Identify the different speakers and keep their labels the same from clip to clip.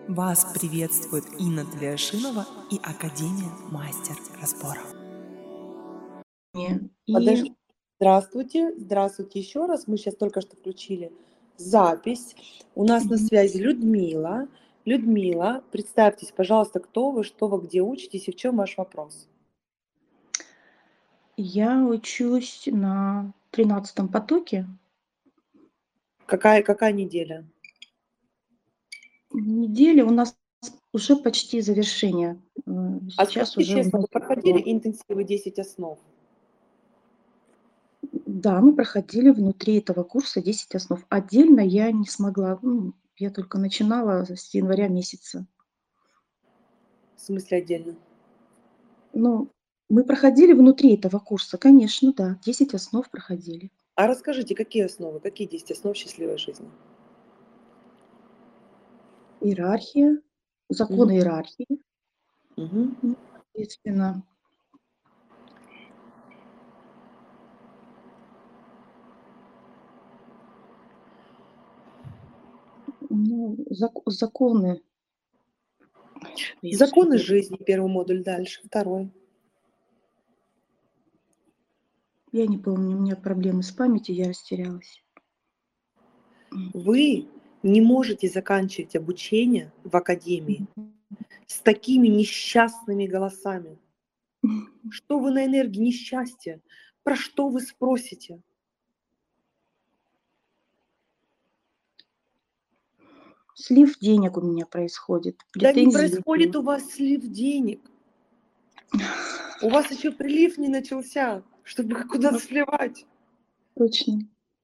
Speaker 1: Вас приветствует Инна Тлешинова и Академия Мастер Разборов.
Speaker 2: И
Speaker 3: Подожди. Здравствуйте, здравствуйте еще раз. Мы сейчас только что включили запись. У нас на связи Людмила. Людмила, представьтесь, пожалуйста, кто вы, что вы, где учитесь и в чем ваш вопрос?
Speaker 2: я учусь на 13-м потоке.
Speaker 3: Какая неделя?
Speaker 2: Неделя у нас уже почти завершение.
Speaker 3: А
Speaker 2: Сейчас
Speaker 3: скажите
Speaker 2: уже
Speaker 3: честно, вы проходили интенсивы 10 основ?
Speaker 2: Да, мы проходили внутри этого курса 10 основ. Отдельно я не смогла, я только начинала с января месяца.
Speaker 3: В смысле отдельно?
Speaker 2: Ну, мы проходили внутри этого курса, конечно, да, 10 основ проходили.
Speaker 3: А расскажите, какие основы, какие 10 основ счастливой жизни?
Speaker 2: Иерархия, законы
Speaker 3: Мгм.
Speaker 2: иерархии,
Speaker 3: Мгм.
Speaker 2: соответственно. Законы. Я всё
Speaker 3: Законы
Speaker 2: это
Speaker 3: жизни, первый модуль, дальше, второй.
Speaker 2: Я не помню, у меня проблемы с памятью, я растерялась.
Speaker 3: Вы не можете заканчивать обучение в академии
Speaker 2: Мгм.
Speaker 3: с такими несчастными голосами. Что вы на энергии несчастья? Про что вы спросите?
Speaker 2: Слив денег у меня происходит,
Speaker 3: Да не
Speaker 2: претензии.
Speaker 3: происходит у вас слив денег. У вас еще прилив не начался, чтобы куда-то сливать.
Speaker 2: Точно.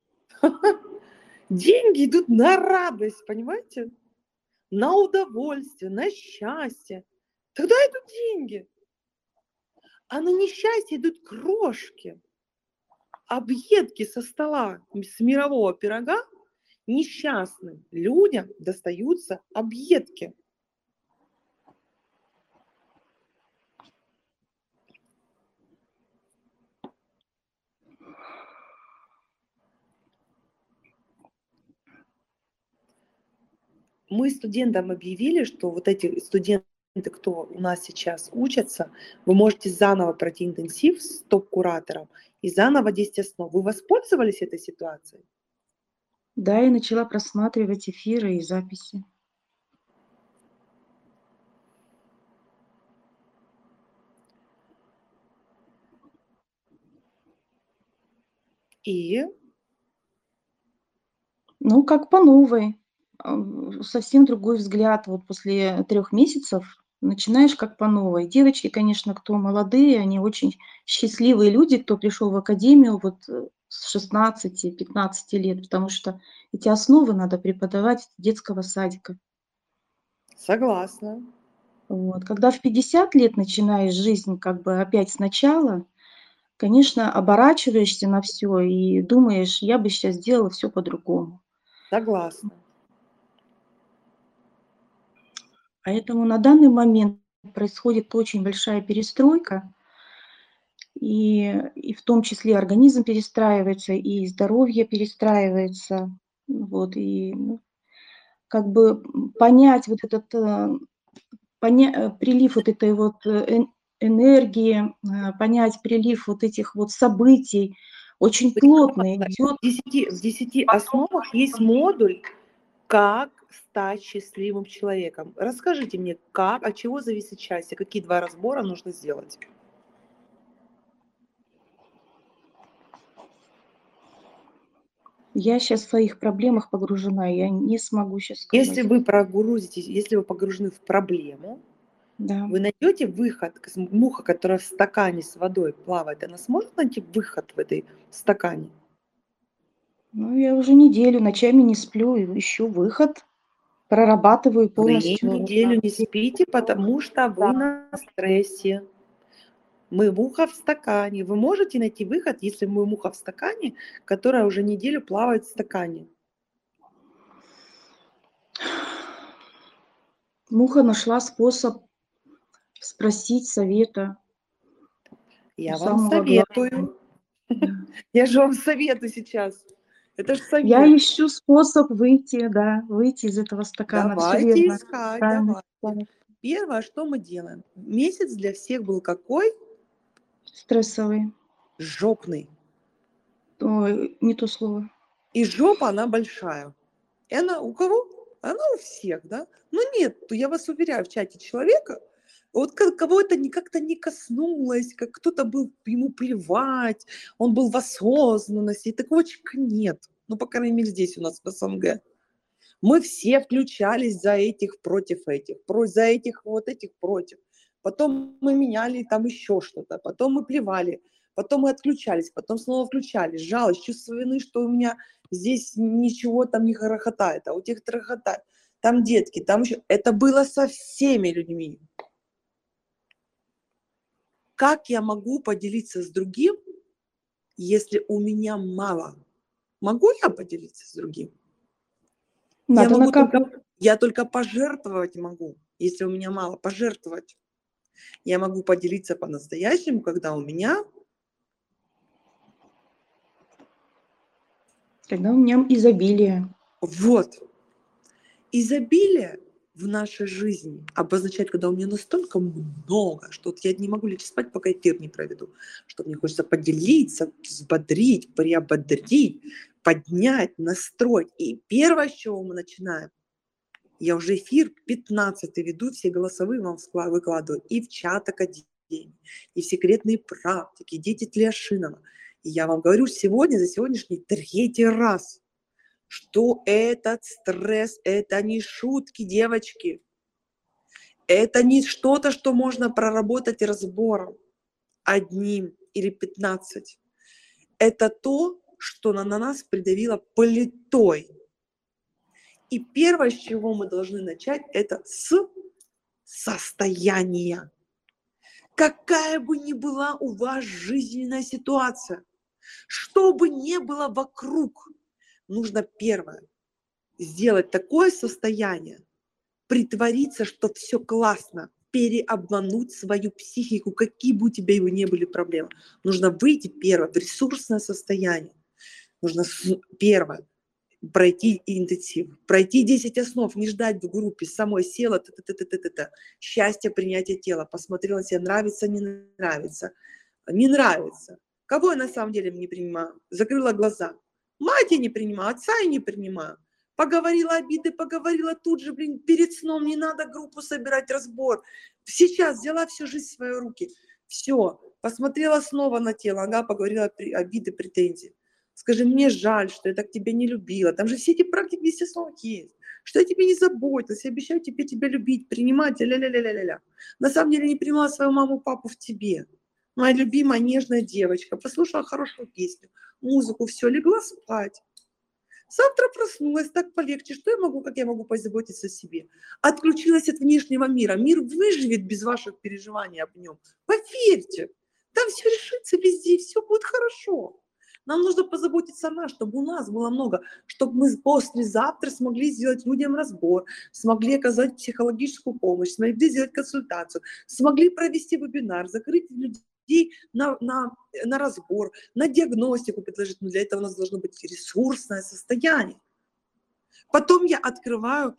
Speaker 3: Деньги идут на радость, понимаете? На удовольствие, на счастье. Тогда идут деньги. А на несчастье идут крошки. Объедки со стола с мирового пирога несчастным людям достаются объедки. Мы студентам объявили, что вот эти студенты, кто у нас сейчас учатся, вы можете заново пройти интенсив с топ-куратором и заново 10 основ. Вы воспользовались этой ситуацией?
Speaker 2: Да, я начала просматривать эфиры и записи.
Speaker 3: И
Speaker 2: Ну, как по новой. Совсем другой взгляд. Вот после 3 месяцев начинаешь как по новой. Девочки, конечно, кто молодые, они очень счастливые люди, кто пришел в академию вот, с 16-15 лет, потому что эти основы надо преподавать с детского садика.
Speaker 3: согласна.
Speaker 2: Вот. Когда в 50 лет начинаешь жизнь как бы опять сначала, конечно, оборачиваешься на все и думаешь: "Я бы сейчас сделала все по-другому".
Speaker 3: Согласна.
Speaker 2: Поэтому на данный момент происходит очень большая перестройка, и в том числе организм перестраивается, и здоровье перестраивается. Вот, как бы, понять вот этот, прилив вот этой вот, энергии, понять прилив вот этих вот событий очень плотно
Speaker 3: Прекрасно.
Speaker 2: идет.
Speaker 3: В 10 основах есть модуль «Как стать счастливым человеком». Расскажите мне, как, от чего зависит счастье, какие 2 разбора нужно сделать?
Speaker 2: Я сейчас в своих проблемах погружена, я не смогу сейчас
Speaker 3: Если
Speaker 2: сказать.
Speaker 3: вы прогрузитесь, если вы погружены в проблему,
Speaker 2: Да.
Speaker 3: вы найдете выход. Муха, которая в стакане с водой плавает, она сможет найти выход в этой стакане?
Speaker 2: Ну, я уже неделю ночами не сплю и ищу выход, прорабатываю
Speaker 3: Вы
Speaker 2: полностью.
Speaker 3: неделю не спите, потому что вы на стрессе. Мы муха в стакане. Вы можете найти выход, если мы муха в стакане, которая уже неделю плавает в стакане?
Speaker 2: Муха нашла способ спросить совета у
Speaker 3: Я вам
Speaker 2: самого главного.
Speaker 3: советую.
Speaker 2: Да.
Speaker 3: Я же вам советую сейчас. Это же
Speaker 2: Я
Speaker 3: совет.
Speaker 2: ищу способ выйти, да, выйти из этого стакана. Все
Speaker 3: Давайте
Speaker 2: верно,
Speaker 3: искать,
Speaker 2: правильно
Speaker 3: давайте.
Speaker 2: сказала.
Speaker 3: Первое, что мы делаем? Месяц для всех был какой?
Speaker 2: Стрессовый.
Speaker 3: Жопный.
Speaker 2: Ой, не то слово.
Speaker 3: И жопа, она большая. И она у кого? Она у всех, да? Но нет, то я вас уверяю, в чате человека, вот кого это как-то не коснулось, как кто-то был, ему плевать, он был в осознанности, и такого человека нет. Ну, по крайней мере, здесь у нас в СНГ. Мы все включались за этих против этих, за этих вот этих против. Потом мы меняли там еще что-то, потом мы плевали, потом мы отключались, потом снова включались. Жалость, чувство вины, что у меня здесь ничего там не хохотает, а у тех хохотает. Там детки, там еще... Это было со всеми людьми. Как я могу поделиться с другим, если у меня мало? Могу я поделиться с другим?
Speaker 2: Надо накапливать.
Speaker 3: Я только пожертвовать могу, если у меня мало, пожертвовать. Я могу поделиться по-настоящему, когда у меня...
Speaker 2: Когда у меня изобилие.
Speaker 3: Вот. Изобилие в нашей жизни обозначает, когда у меня настолько много, что вот я не могу лечь спать, пока эфир не проведу, что мне хочется поделиться, взбодрить, приободрить, поднять, настроить. И первое, с чего мы начинаем, я уже эфир 15-й веду, все голосовые вам выкладываю и в чат Академии, и в секретные практики, и дети Тлеашинова. И я вам говорю сегодня, за сегодняшний 3-й раз, что этот стресс, это не шутки, девочки. Это не что-то, что можно проработать разбором одним или 15. Это то, что на нас придавило плитой. И первое, с чего мы должны начать, это с состояния. Какая бы ни была у вас жизненная ситуация, что бы ни было вокруг, нужно первое сделать такое состояние, притвориться, что все классно, переобмануть свою психику, какие бы у тебя его ни были проблемы. Нужно выйти первое в ресурсное состояние. Нужно первое пройти интенсив, пройти 10 основ, не ждать в группе, самой села, счастье, принятие тела, посмотрела себе, нравится, не нравится, не нравится. Кого я на самом деле не принимаю? Закрыла глаза. Мать я не принимаю, отца я не принимаю. Поговорила обиды, поговорила тут же, перед сном, не надо группу собирать, разбор. Сейчас взяла всю жизнь в свои руки. Все, посмотрела снова на тело, ага, поговорила обиды, претензии. Скажи, мне жаль, что я так тебя не любила. Там же все эти практики естественно есть. Что я тебе не заботилась, я обещаю теперь тебя любить, принимать, ля-ля-ля-ля-ля. На самом деле не принимала свою маму, папу в тебе. Моя любимая нежная девочка. Послушала хорошую песню, музыку, все, легла спать. Завтра проснулась, так полегче. Что я могу, как я могу позаботиться о себе? Отключилась от внешнего мира. Мир выживет без ваших переживаний об нем. Поверьте, там все решится везде, все будет хорошо. Нам нужно позаботиться о нас, чтобы у нас было много, чтобы мы послезавтра смогли сделать людям разбор, смогли оказать психологическую помощь, смогли сделать консультацию, смогли провести вебинар, закрыть людей на разбор, на диагностику предложить. Но для этого у нас должно быть ресурсное состояние. Потом я открываю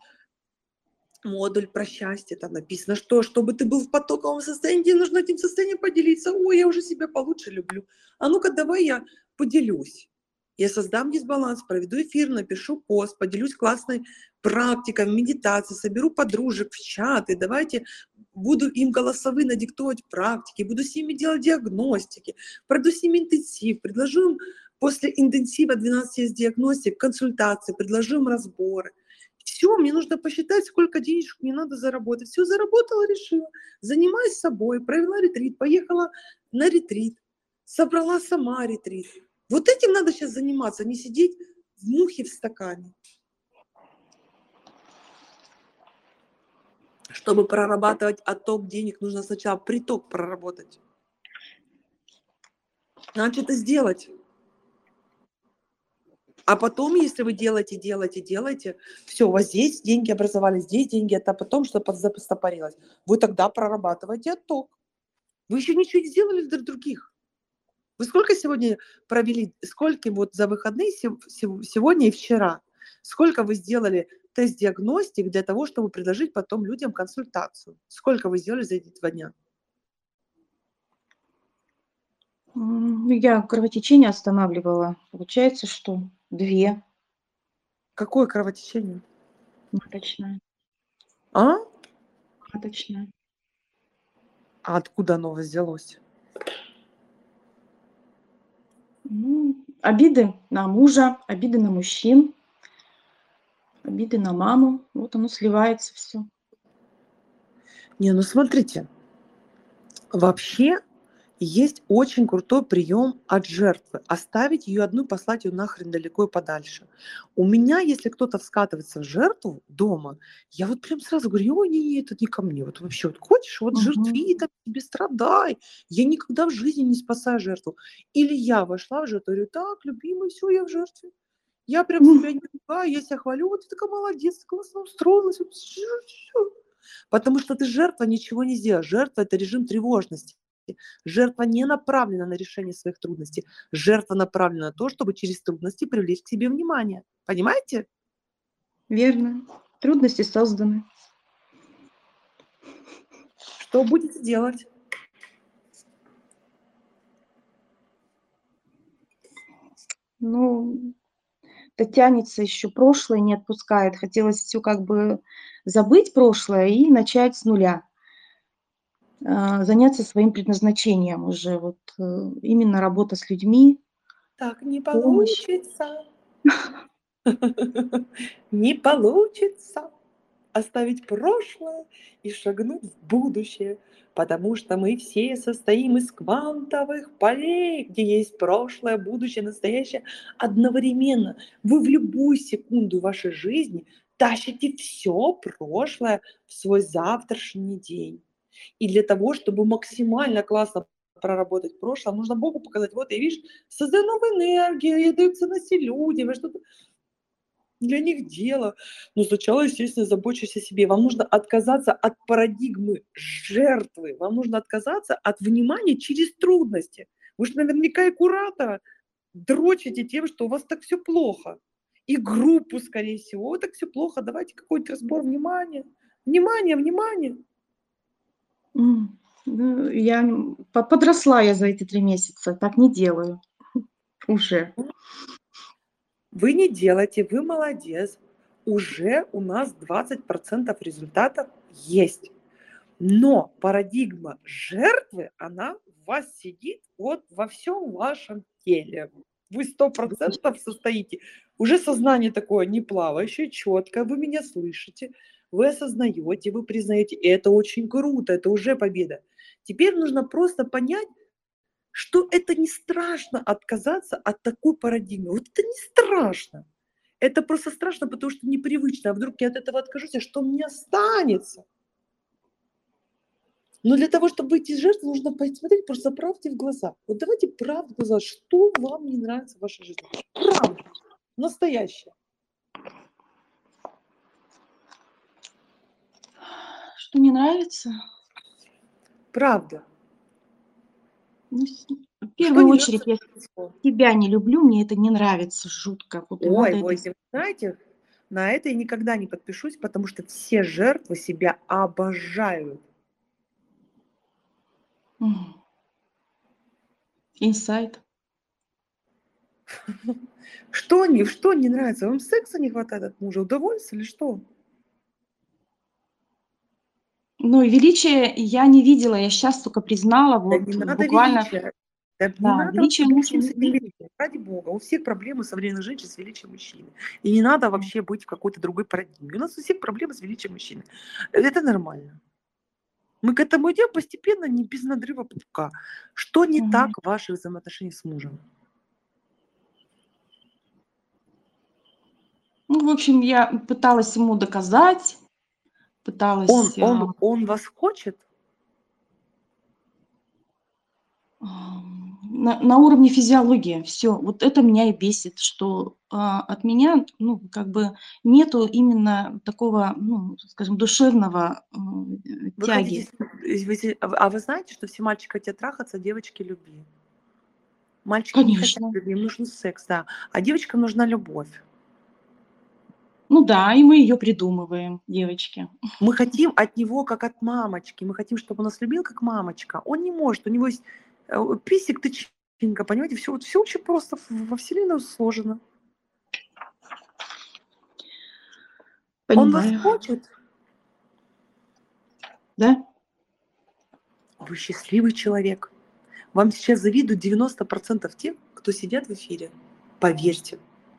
Speaker 3: модуль про счастье, там написано, что чтобы ты был в потоковом состоянии, тебе нужно этим состоянием поделиться. Ой, я уже себя получше люблю. А ну-ка давай я поделюсь. Я создам дисбаланс, проведу эфир, напишу пост, поделюсь классной практикой, медитацией, соберу подружек в чаты, давайте буду им голосовые надиктовать практики, буду с ними делать диагностики, пройду с ними интенсив, предложу им после интенсива 12 диагностик, консультации, предложу им разборы. Все, мне нужно посчитать, сколько денежек мне надо заработать. Все, заработала, решила. Занимаюсь собой, провела ретрит, поехала на ретрит, собрала сама ретрит. Вот этим надо сейчас заниматься, не сидеть в мухе в стакане. Чтобы прорабатывать отток денег, нужно сначала приток проработать. Надо что-то сделать. А потом, если вы делаете, все, у вас здесь деньги образовались, здесь деньги, это потом что-то застопорилось. Вы тогда прорабатываете отток. Вы еще ничего не сделали для других. Вы сколько сегодня провели, сколько вот за выходные сегодня и вчера, сколько вы сделали тест-диагностик для того, чтобы предложить потом людям консультацию? Сколько вы сделали за эти 2 дня?
Speaker 2: Я кровотечение останавливала. Получается, что 2
Speaker 3: Какое кровотечение?
Speaker 2: маточное.
Speaker 3: А?
Speaker 2: Маточное.
Speaker 3: А откуда оно взялось?
Speaker 2: Обиды на мужа, обиды на мужчин, обиды на маму. Вот оно сливается все.
Speaker 3: Не, ну смотрите, вообще есть очень крутой прием от жертвы. Оставить ее одну, послать ее нахрен далеко и подальше. У меня, если кто-то вскатывается в жертву дома, я вот прям сразу говорю: ой, не, это не ко мне. Вот вообще, вот хочешь, вот жертви, так себе страдай. Я никогда в жизни не спасаю жертву. Или я вошла в жертву, говорю: так, любимый, все, я в жертве. Я прям себя не ругаю, я себя хвалю, вот ты такая молодец, ты классно устроилась. Вот, всё. Потому что ты жертва, ничего не сделаешь. Жертва – это режим тревожности. Жертва не направлена на решение своих трудностей. Жертва направлена на то, чтобы через трудности привлечь к себе внимание. Понимаете?
Speaker 2: Верно. Трудности созданы.
Speaker 3: Что будете делать?
Speaker 2: Ну, это тянется еще, прошлое не отпускает. Хотелось все как бы забыть прошлое и начать с нуля. Заняться своим предназначением уже. Вот, именно работа с людьми,
Speaker 3: Так не
Speaker 2: помощь.
Speaker 3: получится. Не получится оставить прошлое и шагнуть в будущее, потому что мы все состоим из квантовых полей, где есть прошлое, будущее, настоящее одновременно. Вы в любую секунду вашей жизни тащите все прошлое в свой завтрашний день. И для того, чтобы максимально классно проработать прошлое, нужно Богу показать: вот, я, видишь, создаю новую энергию, я даю ценности людям, я что-то для них дело. Но сначала, естественно, забочусь о себе. Вам нужно отказаться от парадигмы жертвы. Вам нужно отказаться от внимания через трудности. Вы же наверняка и куратора дрочите тем, что у вас так все плохо. И группу, скорее всего: вот так все плохо, давайте какой-то разбор внимания. Внимание, внимание.
Speaker 2: Ну, я подросла я за эти 3 месяца, так не делаю уже.
Speaker 3: Вы не делаете, вы молодец. Уже у нас 20% результатов есть. Но парадигма жертвы, она в вас сидит вот во всем вашем теле. Вы 100% состоите. Уже сознание такое не плавающее, четкое. Вы меня слышите, вы осознаете, вы признаете. И это очень круто, это уже победа. Теперь нужно просто понять, что это не страшно отказаться от такой парадигмы. Вот это не страшно. Это просто страшно, потому что непривычно. А вдруг я от этого откажусь, а что мне останется? Но для того, чтобы выйти из жертвы, нужно посмотреть просто правде в глаза. Вот давайте правду в глаза. Что вам не нравится в вашей жизни? Правда. Настоящая.
Speaker 2: Что не нравится?
Speaker 3: Правда.
Speaker 2: Ну, в
Speaker 3: Что
Speaker 2: первую
Speaker 3: не
Speaker 2: очередь
Speaker 3: нравится?
Speaker 2: я себя не люблю, мне это не нравится жутко. Вот и
Speaker 3: Ой,
Speaker 2: надо
Speaker 3: вы
Speaker 2: это
Speaker 3: знаете, на это я никогда не подпишусь, потому что все жертвы себя обожают.
Speaker 2: инсайт.
Speaker 3: Что не нравится? Вам секса не хватает от мужа? Удовольствия или что?
Speaker 2: Ну, и величия я не видела, я сейчас только признала,
Speaker 3: Да не
Speaker 2: вот
Speaker 3: надо
Speaker 2: буквально,
Speaker 3: величия. Да не
Speaker 2: да,
Speaker 3: надо
Speaker 2: величия
Speaker 3: вообще
Speaker 2: мужа
Speaker 3: причем
Speaker 2: не
Speaker 3: с этим
Speaker 2: видела.
Speaker 3: величием. Ради бога. У всех проблемы современных женщин с величием мужчины. И не надо вообще быть в какой-то другой парадигме. У нас у всех проблемы с величием мужчины. Это нормально. Мы к этому идем постепенно, не без надрыва пупка. Что не так в ваших взаимоотношениях с мужем?
Speaker 2: Ну, в общем, я пыталась ему доказать, пыталась,
Speaker 3: Он вас хочет?
Speaker 2: на уровне физиологии. Все, вот это меня и бесит, что, от меня, ну, как бы нету именно такого, ну, скажем, душевного,
Speaker 3: Вы хотите,
Speaker 2: тяги.
Speaker 3: а вы знаете, что все мальчики хотят трахаться, а девочки любви? Мальчики не хотят
Speaker 2: Конечно.
Speaker 3: любви, им нужен секс, да, а девочкам нужна любовь.
Speaker 2: Ну да, и мы ее придумываем, девочки.
Speaker 3: Мы хотим от него, как от мамочки. Мы хотим, чтобы он нас любил, как мамочка. Он не может. У него есть писик, тычинка, понимаете? Все, все очень просто во Вселенной сложено. Он вас
Speaker 2: Понимаю.
Speaker 3: хочет.
Speaker 2: Да?
Speaker 3: Вы счастливый человек. Вам сейчас завидуют 90% тех, кто сидят в эфире. Поверьте.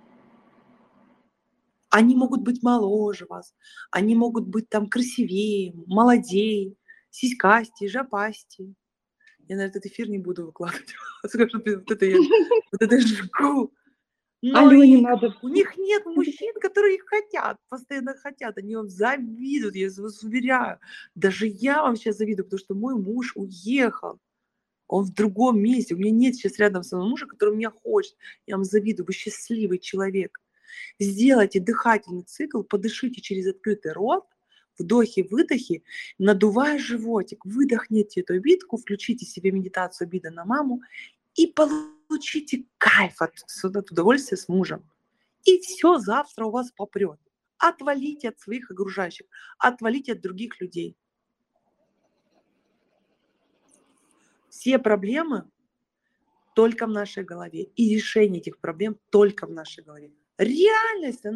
Speaker 3: Они могут быть моложе вас, они могут быть там красивее, молодее, сиськастее, жопастее. Я на этот эфир не буду выкладывать. Скажу, вот это я жгу. Но
Speaker 2: Алене надо.
Speaker 3: у них нет мужчин, которые их хотят, постоянно хотят. Они вам завидуют, я вас уверяю. Даже я вам сейчас завидую, потому что мой муж уехал. Он в другом месте. У меня нет сейчас рядом со мной мужа, который меня хочет. Я вам завидую. Вы счастливый человек. Сделайте дыхательный цикл, подышите через открытый рот, вдохи-выдохи, надувая животик, выдохните эту обидку, включите себе медитацию обида на маму и получите кайф от удовольствия с мужем. И все завтра у вас попрет. Отвалите от своих окружающих, отвалите от других людей. Все проблемы только в нашей голове. И решение этих проблем только в нашей голове. Реальность,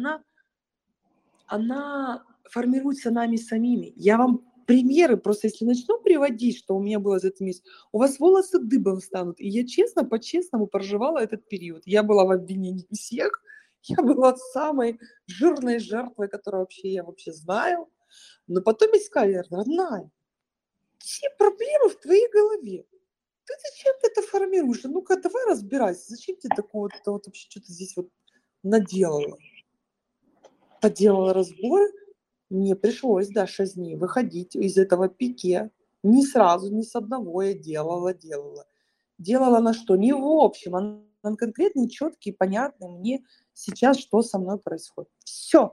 Speaker 3: она формируется нами самими. Я вам примеры, просто если начну приводить, что у меня было за этот месяц, у вас волосы дыбом станут. И я честно, по-честному проживала этот период. Я была в обвинении всех, я была самой жирной жертвой, которую я вообще знаю. Но потом мне сказали: родная, все проблемы в твоей голове. Ты зачем ты это формируешь? Ну-ка, давай разбирайся. Зачем тебе такое вот вообще что-то здесь вот наделала? Поделала разбор, мне пришлось, да, 6 дней выходить из этого пике. Не сразу, не с одного я делала. Делала на что? Не в общем, а на конкретный, четкий, понятный мне сейчас, что со мной происходит. Все.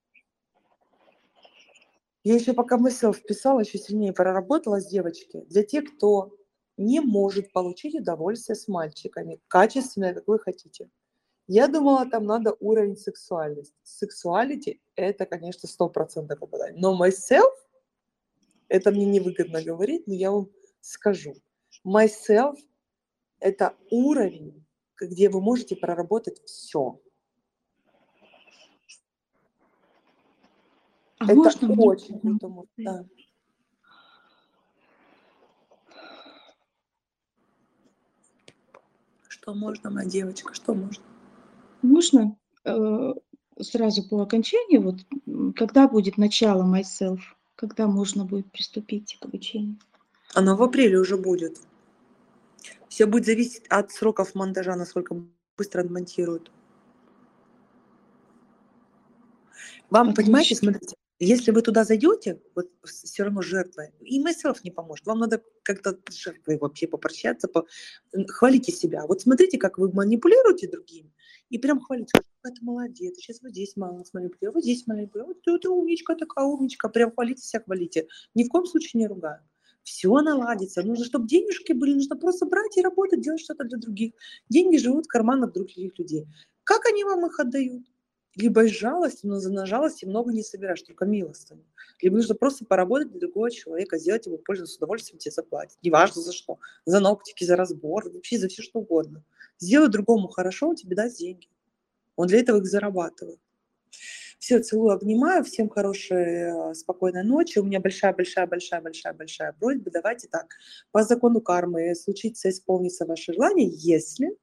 Speaker 3: Я еще пока мысль вписала, еще сильнее проработала с девочки. Для тех, кто не может получить удовольствие с мальчиками, качественное, как вы хотите. Я думала, там надо уровень сексуальности. Сексуалити – это, конечно, 100% попадание. Но myself, это мне невыгодно говорить, но я вам скажу. Myself – это уровень, где вы можете проработать все.
Speaker 2: А
Speaker 3: Это
Speaker 2: можно мне?
Speaker 3: очень круто. Да. Что можно, моя девочка, что можно?
Speaker 2: Можно сразу по окончании, вот когда будет начало myself, когда можно будет приступить к обучению?
Speaker 3: Оно в апреле уже будет. Все будет зависеть от сроков монтажа, насколько быстро отмонтируют. Вам, понимаете,
Speaker 2: Отлично.
Speaker 3: смотрите, если вы туда зайдете, вот все равно жертва, и myself не поможет. Вам надо как-то с жертвой вообще попрощаться, хвалите себя. Вот смотрите, как вы манипулируете другими, и прям хвалите, какая ты молодец, ты сейчас вот здесь мало манипулируешь, вот здесь манипулируешь, вот ты умничка, такая умничка, прям хвалите себя, хвалите. Ни в коем случае не ругаю. Все наладится. Нужно, чтобы денежки были, нужно просто брать и работать, делать что-то для других. Деньги живут в карманах других людей. Как они вам их отдают? Либо из жалости, но на жалости много не собираешь, только милостыню. Либо нужно просто поработать для другого человека, сделать ему пользу, с удовольствием тебе заплатить. Неважно за что. За ногтики, за разбор, вообще за все что угодно. Сделай другому хорошо, он тебе даст деньги. Он для этого их зарабатывает. Все, целую, обнимаю. Всем хорошей, спокойной ночи. У меня большая-большая-большая-большая-большая просьба. Давайте так. По закону кармы случится, исполнится ваше желание, если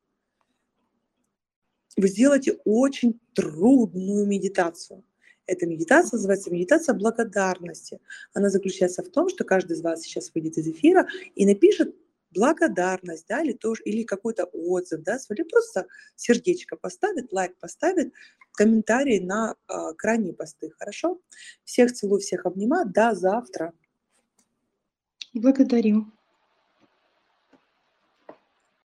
Speaker 3: вы сделаете очень трудную медитацию. Эта медитация называется медитация благодарности. Она заключается в том, что каждый из вас сейчас выйдет из эфира и напишет благодарность, да, или какой-то отзыв, да, или просто сердечко поставит, лайк поставит, комментарий на крайние посты. Хорошо? Всех целую, всех обнимаю. До завтра.
Speaker 2: Благодарю.